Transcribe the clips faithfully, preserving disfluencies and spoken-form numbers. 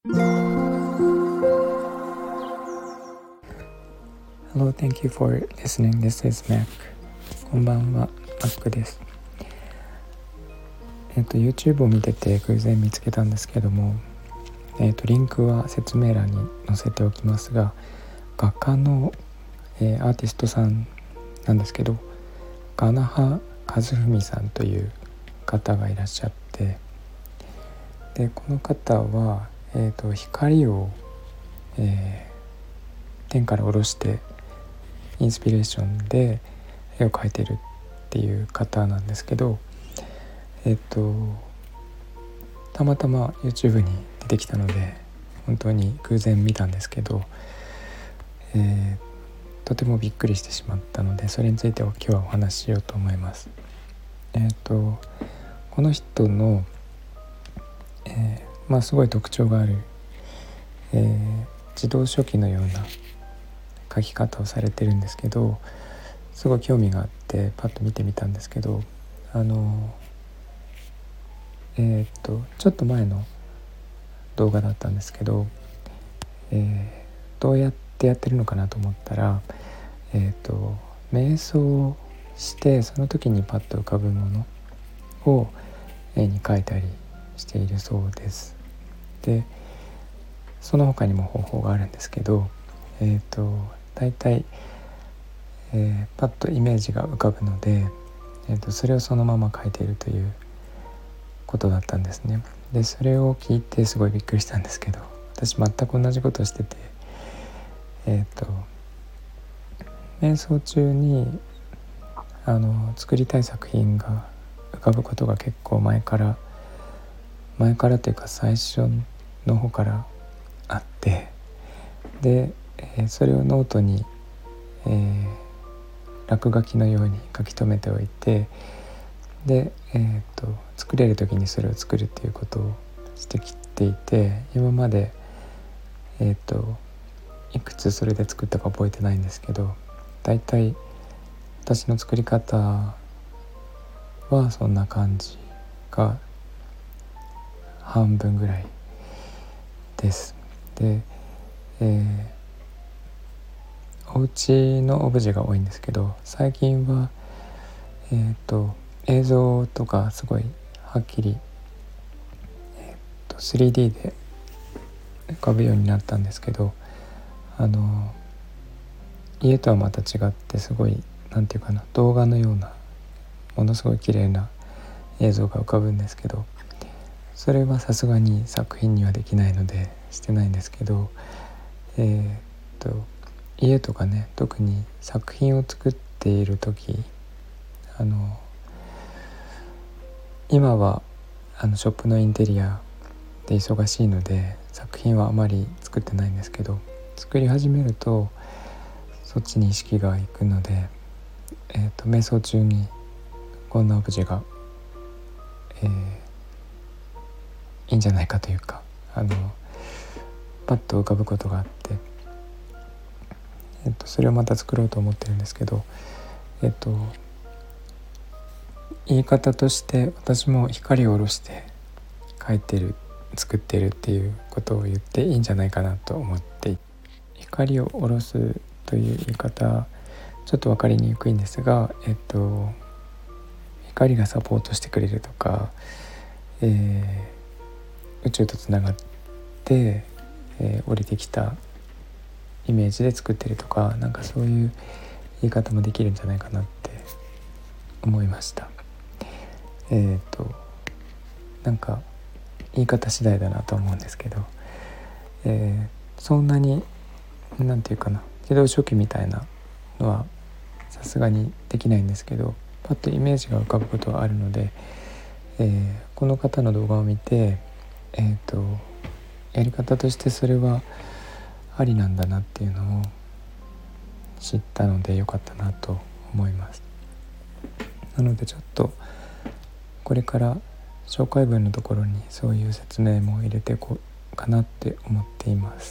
Hello, thank you for listening. This is Mac. こんばんは、Mac です。えっと YouTube を見てて偶然見つけたんですけども、えっとリンクは説明欄に載せておきますが、画家の、えー、アーティストさんなんですけど、ガナハカズフミさんという方がいらっしゃって、でこの方は、えー、と光を、えー、天から下ろしてインスピレーションで絵を描いてるっていう方なんですけど、えっ、とたまたま YouTube に出てきたので本当に偶然見たんですけど、えー、とてもびっくりしてしまったので、それについて今日はお話ししようと思います。えっ、とこの人の、えーまあ、すごい特徴がある、えー、自動書記のような書き方をされてるんですけど、すごい興味があってパッと見てみたんですけど、あのえー、っとちょっと前の動画だったんですけど、えー、どうやってやってるのかなと思ったら、えー、っと瞑想をしてその時にパッと浮かぶものを絵に描いたりしているそうです。でその他にも方法があるんですけど、えー、っとだいたいえー、パッとイメージが浮かぶので、えー、とそれをそのまま描いているということだったんですね。でそれを聞いてすごいびっくりしたんですけど、私全く同じことをしてて、えっ、と瞑想中にあの作りたい作品が浮かぶことが結構前から前からというか最初の方からあって、で、えー、それをノートに、えー落書きのように書き留めておいて、で、えー、と作れる時にそれを作るっていうことをしてきていて、今まで、えー、といくつそれで作ったか覚えてないんですけど、だいたい私の作り方はそんな感じが半分ぐらいです。で、えーお家のオブジェが多いんですけど、最近は、えー、と映像とかすごいはっきり、えー、と スリーディー で浮かぶようになったんですけど、あの家とはまた違ってすごいなんていうかな、動画のようなものすごい綺麗な映像が浮かぶんですけど、それはさすがに作品にはできないのでしてないんですけど、えー、と家とかね、特に作品を作っている時、あの今はあのショップのインテリアで忙しいので作品はあまり作ってないんですけど、作り始めるとそっちに意識がいくので、えー、と瞑想中にこんなオブジェが、えー、いいんじゃないかというか、あのパッと浮かぶことがあって、えー、とそれをまた作ろうと思ってるんですけど、えっ、と言い方として私も光を下ろして描いてる作ってるっていうことを言っていいんじゃないかなと思って、光を下ろすという言い方ちょっと分かりにくいんですが、えっと光がサポートしてくれるとか、えー、宇宙とつながって、えー、降りてきたイメージで作ってるとか、なんかそういう言い方もできるんじゃないかなって思いました。えっとなんか言い方次第だなと思うんですけど、えー、そんなになんていうかな、自動書記みたいなのはさすがにできないんですけど、パッとイメージが浮かぶことはあるので、えー、この方の動画を見て、えーと、やり方としてそれはありなんだなっていうのを知ったのでよかったなと思います。なのでちょっとこれから紹介文のところにそういう説明も入れていこうかなって思っています。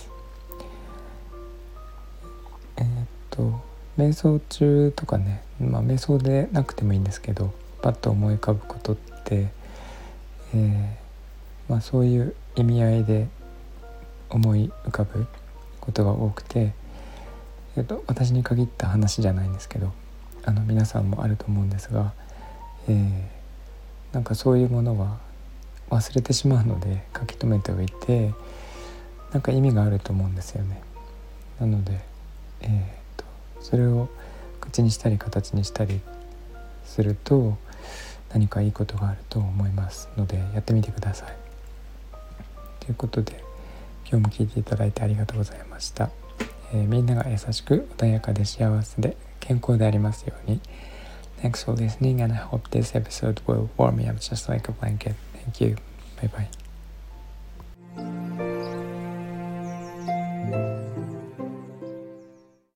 えー、っと瞑想中とかね、まあ瞑想でなくてもいいんですけど、パッと思い浮かぶことって、えーまあ、そういう意味合いで思い浮かぶことが多くて、えっと、私に限った話じゃないんですけど、あの皆さんもあると思うんですが、えー、なんかそういうものは忘れてしまうので書き留めておいて、なんか意味があると思うんですよね。なので、えー、とそれを口にしたり形にしたりすると何かいいことがあると思いますので、やってみてください。ということで、今日も聞いていただいてありがとうございました。えー、みんなが優しく穏やかで幸せで健康でありますように。Thanks for listening, and I hope this episode will warm me up just like a blanket. Thank you. Bye bye.